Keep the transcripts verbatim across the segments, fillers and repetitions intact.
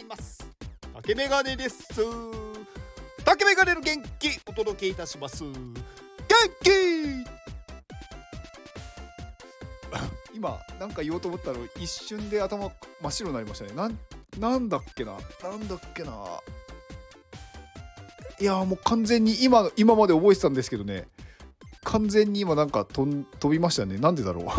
します。竹メガネです。竹メガネの元気お届けいたします。元気今なんか言おうと思ったの一瞬で頭真っ白になりましたね。なん、なんだっけななんだっけないやもう完全に今今まで覚えてたんですけどね、完全に今なんかとん飛びましたね。なんでだろう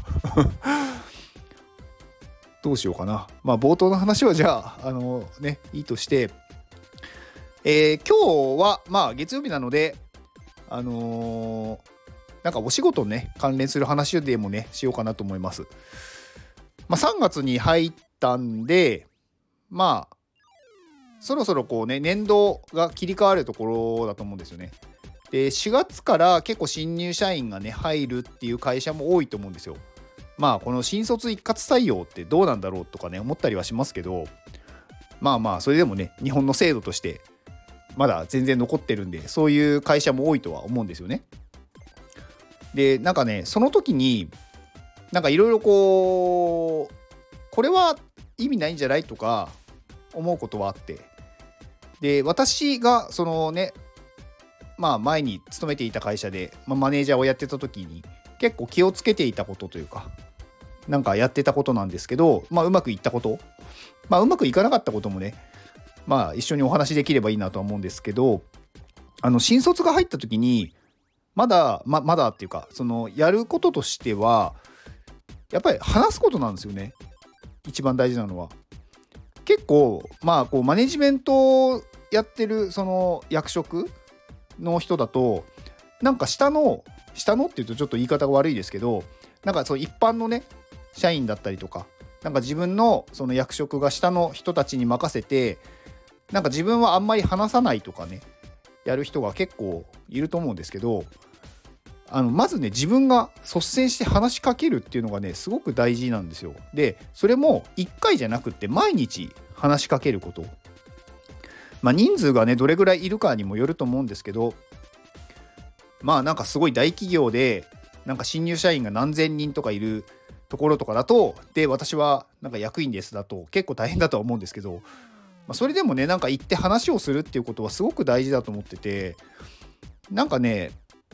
どうしようかな。まあ冒頭の話はじゃああのねいいとして、えー、今日はまあ月曜日なのであのー、なんかお仕事ね関連する話でもねしようかなと思います。まあさんがつに入ったんで、まあそろそろこうね年度が切り替わるところだと思うんですよね。でしがつから結構新入社員がね入るっていう会社も多いと思うんですよ。まあこの新卒一括採用ってどうなんだろうとかね思ったりはしますけど、まあまあそれでもね日本の制度としてまだ全然残ってるんで、そういう会社も多いとは思うんですよね。でなんかねその時になんかいろいろこうこれは意味ないんじゃないとか思うことはあって、で私がそのねまあ前に勤めていた会社で、まあ、マネージャーをやってた時に結構気をつけていたことというかなんかやってたことなんですけど、まあうまくいったこと、まあうまくいかなかったこともねまあ一緒にお話できればいいなとは思うんですけど、あの新卒が入った時にまだままだっていうかそのやることとしてはやっぱり話すことなんですよね。一番大事なのは結構まあこうマネジメントをやってるその役職の人だとなんか下の下のっていうとちょっと言い方が悪いですけど、なんかそう一般のね社員だったりとかなんか自分のその役職が下の人たちに任せてなんか自分はあんまり話さないとかねやる人が結構いると思うんですけど、あのまずね自分が率先して話しかけるっていうのがねすごく大事なんですよ。でそれもいっかいじゃなくって毎日話しかけること、まあ人数がねどれぐらいいるかにもよると思うんですけど、まあなんかすごい大企業でなんか新入社員が何千人とかいるところとかだと、で私はなんか役員ですだと結構大変だとは思うんですけど、まあ、それでもねなんか行って話をするっていうことはすごく大事だと思ってて、なんかね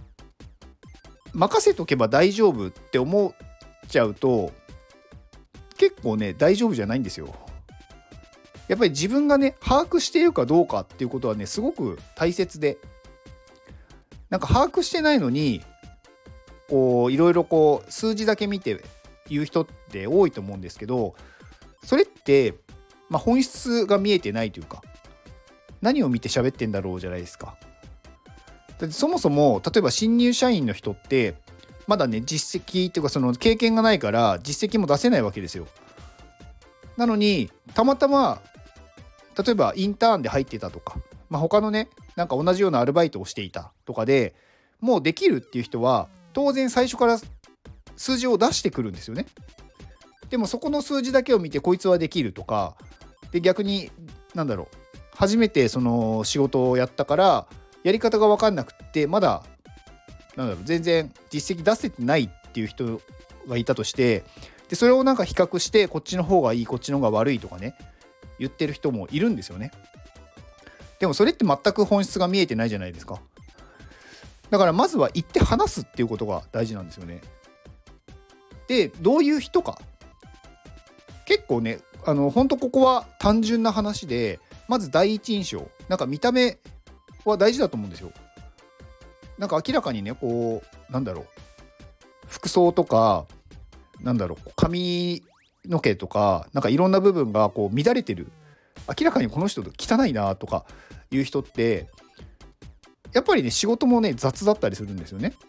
任せとけば大丈夫って思っちゃうと結構ね大丈夫じゃないんですよ。やっぱり自分がね把握しているかどうかっていうことはねすごく大切で、なんか把握してないのにこういろいろこう数字だけ見て言う人って多いと思うんですけど、それって、まあ、本質が見えてないというか何を見て喋ってんだろうじゃないですか。だってそもそも例えば新入社員の人ってまだね実績っていうかその経験がないから実績も出せないわけですよ。なのにたまたま例えばインターンで入ってたとか、まあ、他のねなんか同じようなアルバイトをしていたとかでもうできるっていう人は当然最初から数字を出してくるんですよね。でもそこの数字だけを見てこいつはできるとかで、逆になんだろう初めてその仕事をやったからやり方が分かんなくってまだなんだろう全然実績出せてないっていう人がいたとして、でそれをなんか比較してこっちの方がいいこっちの方が悪いとかね言ってる人もいるんですよね。でもそれって全く本質が見えてないじゃないですか。だからまずは行って話すっていうことが大事なんですよね。でどういう人か結構ねあの本当ここは単純な話で、まず第一印象なんか見た目は大事だと思うんですよ。なんか明らかにねこうなんだろう服装とかなんだろう髪の毛とかなんかいろんな部分がこう乱れてる、明らかにこの人汚いなとかいう人ってやっぱりね仕事もね雑だったりするんですよね。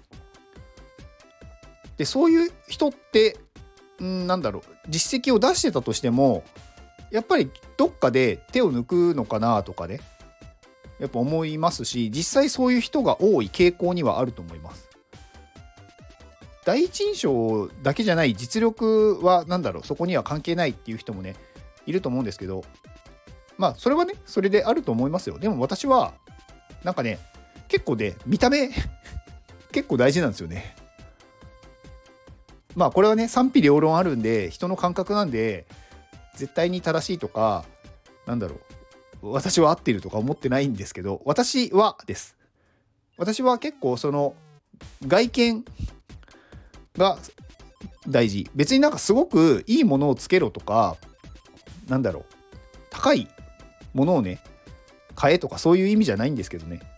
でそういう人ってんなんだろう実績を出してたとしてもやっぱりどっかで手を抜くのかなとかねやっぱ思いますし、実際そういう人が多い傾向にはあると思います。第一印象だけじゃない実力はなんだろうそこには関係ないっていう人もねいると思うんですけど、まあそれはねそれであると思いますよ。でも私はなんかね結構ね見た目結構大事なんですよね。まあこれはね賛否両論あるんで人の感覚なんで絶対に正しいとかなんだろう、私は合っているとか思ってないんですけど、私はです私は結構その外見が大事。別になんかすごくいいものをつけろとか、なんだろう、高いものをね買えとかそういう意味じゃないんですけどね。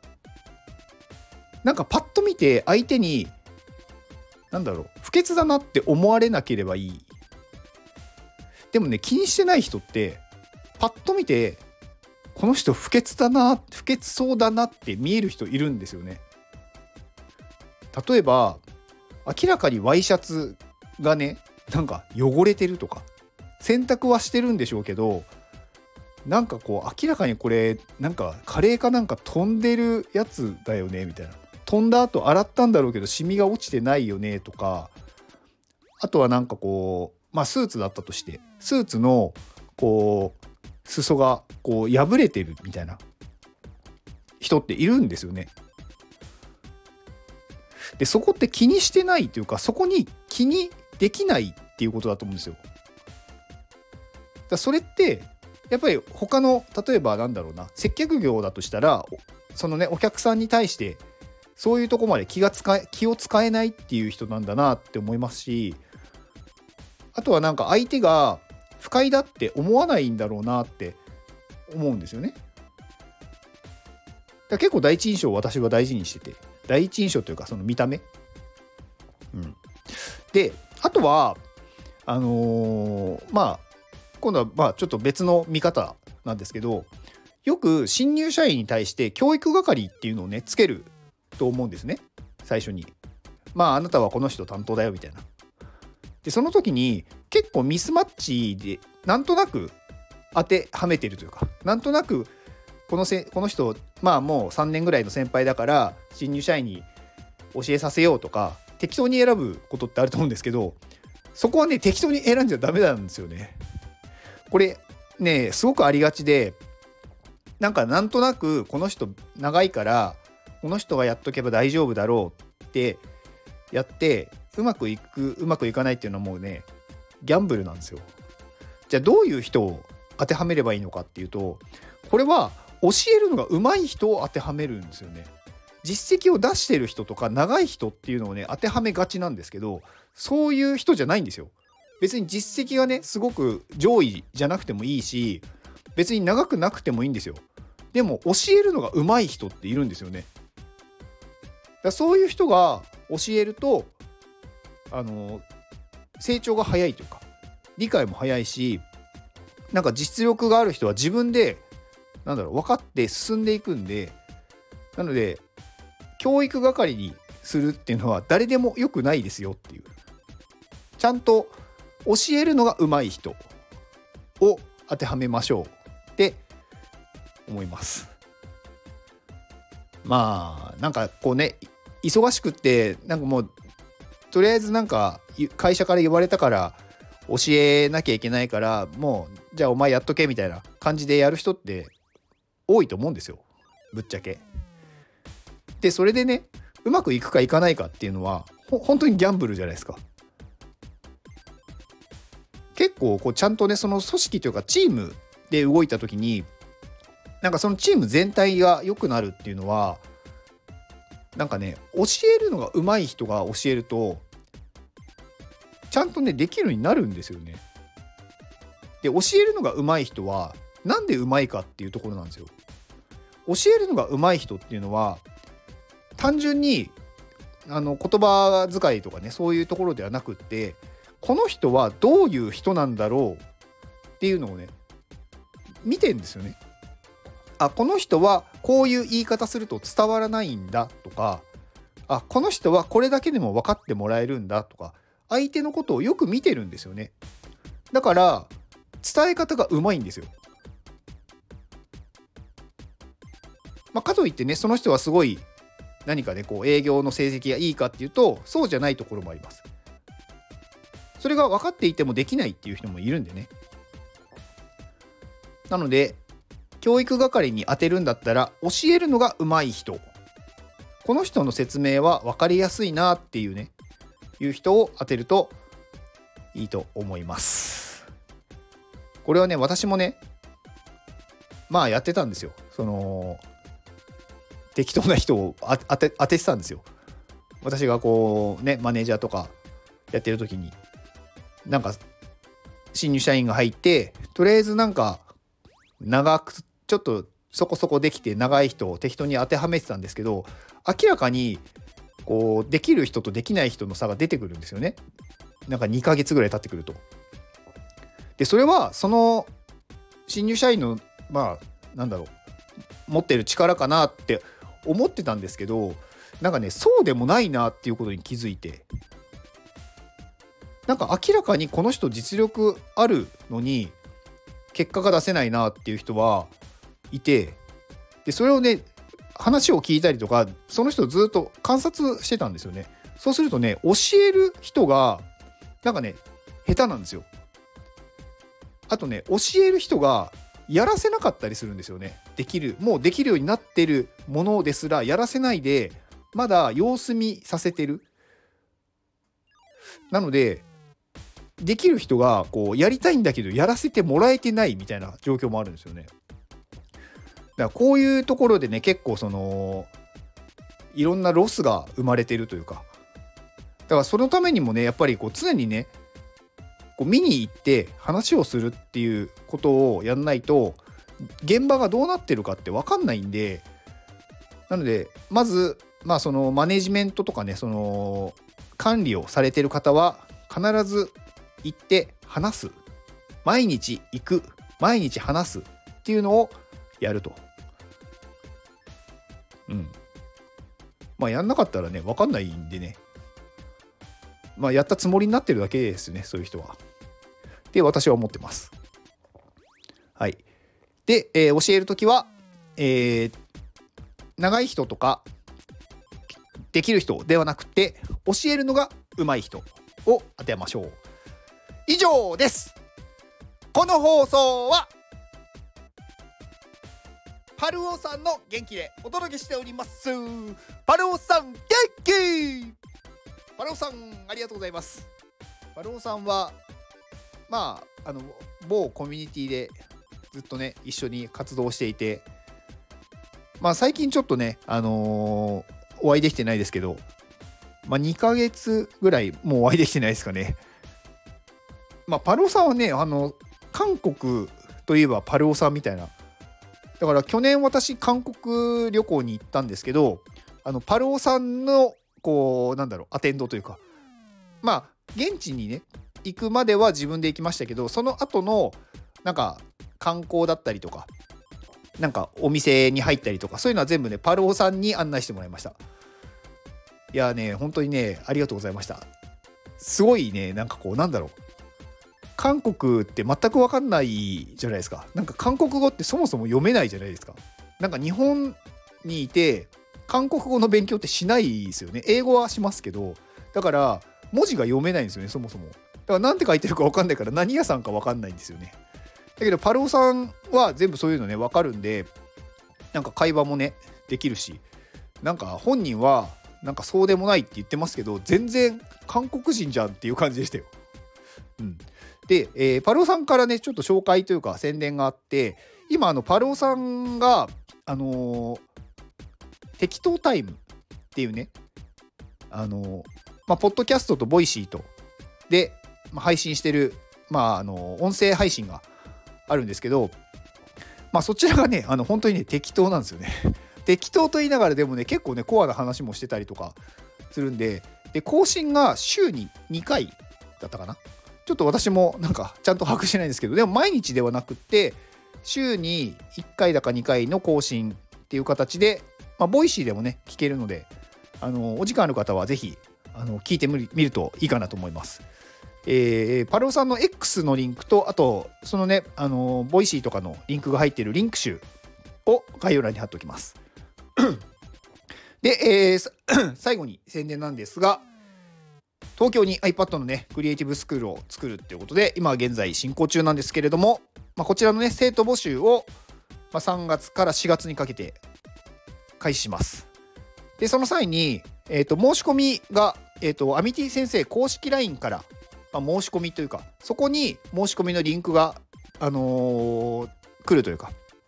なんかパッと見て相手になんだろう、不潔だなって思われなければいい。でもね、気にしてない人ってパッと見てこの人不潔だな、不潔そうだなって見える人いるんですよね。例えば明らかにワイシャツがねなんか汚れてるとか、洗濯はしてるんでしょうけど、なんかこう明らかにこれなんかカレーかなんか飛んでるやつだよねみたいな、飛んだ後洗ったんだろうけどシミが落ちてないよねとか、あとはなんかこうまあスーツだったとして、スーツのこう裾がこう破れてるみたいな人っているんですよね。でそこって気にしてないというか、そこに気にできないっていうことだと思うんですよ。だそれってやっぱり他の、例えばなんだろうな、接客業だとしたらそのねお客さんに対してそういうとこまで気が使え気を使えないっていう人なんだなって思いますし、あとはなんか相手が不快だって思わないんだろうなって思うんですよね。だから結構第一印象を私は大事にしてて、第一印象というかその見た目、うん、であとはあのー、まあ今度はまあちょっと別の見方なんですけど、よく新入社員に対して教育係っていうのをねつけると思うんですね、最初に。まああなたはこの人担当だよみたいな。でその時に結構ミスマッチでなんとなく当てはめてるというか、なんとなくこのせこの人まあもうさんねんぐらいの先輩だから新入社員に教えさせようとか適当に選ぶことってあると思うんですけど、そこはね適当に選んじゃダメなんですよね。これねすごくありがちで、なんかなんとなくこの人長いからこの人がやっとけば大丈夫だろうってやってうまくいくうまくいかないっていうのはもうねギャンブルなんですよ。じゃあどういう人を当てはめればいいのかっていうと、これは教えるのが上手い人を当てはめるんですよね。実績を出してる人とか長い人っていうのをね当てはめがちなんですけど、そういう人じゃないんですよ。別に実績がねすごく上位じゃなくてもいいし、別に長くなくてもいいんですよ。でも教えるのが上手い人っているんですよね。だからそういう人が教えるとあの成長が早いというか理解も早いし、なんか実力がある人は自分でなんだろう分かって進んでいくんで、なので教育係にするっていうのは誰でも良くないですよっていう、ちゃんと教えるのが上手い人を当てはめましょうって思います。まあなんかこうね忙しくってなんかもうとりあえずなんか会社から言われたから教えなきゃいけないからもうじゃあお前やっとけみたいな感じでやる人って多いと思うんですよ、ぶっちゃけ。でそれでねうまくいくかいかないかっていうのはほ本当にギャンブルじゃないですか。結構こうちゃんとねその組織というかチームで動いた時になんかそのチーム全体が良くなるっていうのはなんかね教えるのが上手い人が教えるとちゃんとねできるようになるんですよね。で教えるのが上手い人はなんで上手いかっていうところなんですよ。教えるのが上手い人っていうのは単純にあの言葉遣いとかねそういうところではなくって、この人はどういう人なんだろうっていうのをね見てんですよね。あ、この人はこういう言い方すると伝わらないんだとか、あ、この人はこれだけでも分かってもらえるんだとか、相手のことをよく見てるんですよね。だから伝え方がうまいんですよ。まあ、かといってねその人はすごい何かねこう営業の成績がいいかっていうとそうじゃないところもあります。それが分かっていてもできないっていう人もいるんでね。なので教育係に当てるんだったら教えるのが上手い人、この人の説明は分かりやすいなっていうねいう人を当てるといいと思います。これはね私もねまあやってたんですよ。その適当な人を当て、当ててたんですよ。私がこうねマネージャーとかやってる時に、なんか新入社員が入って、とりあえずなんか長くちょっとそこそこできて長い人を適当に当てはめてたんですけど、明らかにこうできる人とできない人の差が出てくるんですよね。なんかにかげつぐらい経ってくると。でそれはその新入社員のまあなんだろう持ってる力かなって思ってたんですけど、なんかねそうでもないなっていうことに気づいて、なんか明らかにこの人実力あるのに結果が出せないなっていう人はいて、でそれをね話を聞いたりとか、その人をずっと観察してたんですよね。そうするとね教える人がなんかね下手なんですよ。あとね教える人がやらせなかったりするんですよね。できるもうできるようになってるものですらやらせないで、まだ様子見させてる。なのでできる人がこうやりたいんだけどやらせてもらえてないみたいな状況もあるんですよね。だからこういうところでね結構そのいろんなロスが生まれてるというか、だからそのためにもねやっぱりこう常にねこう見に行って話をするっていうことをやんないと現場がどうなってるかって分かんないんで、なのでまずまあそのマネジメントとかねその管理をされてる方は必ず行って話す、毎日行く、毎日話すっていうのをやると。うんまあやんなかったらね分かんないんでね、まあやったつもりになってるだけですね、そういう人は。で私は思ってます。はい。で、えー、教えるときは、えー、長い人とかできる人ではなくて教えるのが上手い人を当てましょう。以上です。この放送はパルオさんの元気でお届けしております。パルオさん元気、パルオさんありがとうございます。パルオさんはまああの某コミュニティでずっとね一緒に活動していて、まあ最近ちょっとねあのー、お会いできてないですけど、まあにかげつぐらいもうお会いできてないですかね。まあパルオさんはねあの韓国といえばパルオさんみたいな、だから去年私韓国旅行に行ったんですけど、あのパルオさんのこうなんだろうアテンドというか、まあ現地にね行くまでは自分で行きましたけど、その後のなんか観光だったりとかなんかお店に入ったりとかそういうのは全部ねパルオさんに案内してもらいました。いやね本当にねありがとうございました。すごいねなんかこうなんだろう韓国って全く分かんないじゃないですか。なんか韓国語ってそもそも読めないじゃないですか。なんか日本にいて韓国語の勉強ってしないですよね。英語はしますけど、だから文字が読めないんですよねそもそも。だから何て書いてるか分かんないから何屋さんか分かんないんですよね。だけどパルオさんは全部そういうのね分かるんで、なんか会話もねできるし、なんか本人はなんかそうでもないって言ってますけど全然韓国人じゃんっていう感じでしたよ。うんで、えー、パルオさんからねちょっと紹介というか宣伝があって、今あのパルオさんがあのー、適当タイムっていうねあのー、まあポッドキャストとボイシーとで、まあ、配信してるまああのー、音声配信があるんですけど、まあそちらがねあの本当にね適当なんですよね。適当と言いながらでもね結構ねコアな話もしてたりとかするんで、で更新が週ににかいだったかな。ちょっと私もなんかちゃんと把握してないんですけど、でも毎日ではなくって週にいっかいだかにかいの更新っていう形で、まあ、ボイシーでもね聞けるので、あのお時間ある方はぜひあの聞いてみる、見るといいかなと思います。えー、パルオさんの X のリンクと、あとそのねあのボイシーとかのリンクが入っているリンク集を概要欄に貼っておきます。で、えー、最後に宣伝なんですが、東京に iPad のねクリエイティブスクールを作るっていうことで今現在進行中なんですけれども、まあ、こちらのね生徒募集を、まあ、さんがつからしがつにかけて開始します。でその際に、えー、と申し込みが、えー、とアミティ先生公式 ライン から、まあ、申し込みというかそこに申し込みのリンクが、あのー、来るというか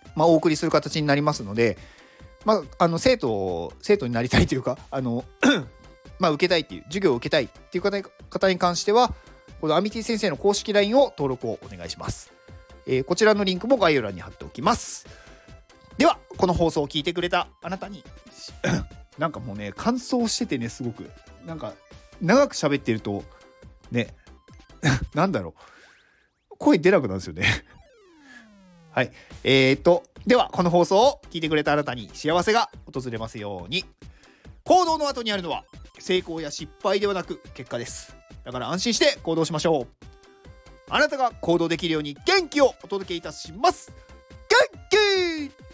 まあ、お送りする形になりますので、まあ、あの生徒生徒になりたいというかあのまあ受けたいっていう授業を受けたいっていう方に方に関してはこのアミティ先生の公式 ライン を登録をお願いします、えー、こちらのリンクも概要欄に貼っておきます。ではこの放送を聞いてくれたあなたになんかもうね乾燥しててねすごくなんか長く喋ってるとねなんだろう声出なくなるんですよねはいえーとではこの放送を聞いてくれたあなたに幸せが訪れますように。行動の後にあるのは成功や失敗ではなく結果です。だから安心して行動しましょう。あなたが行動できるように元気をお届けいたします。元気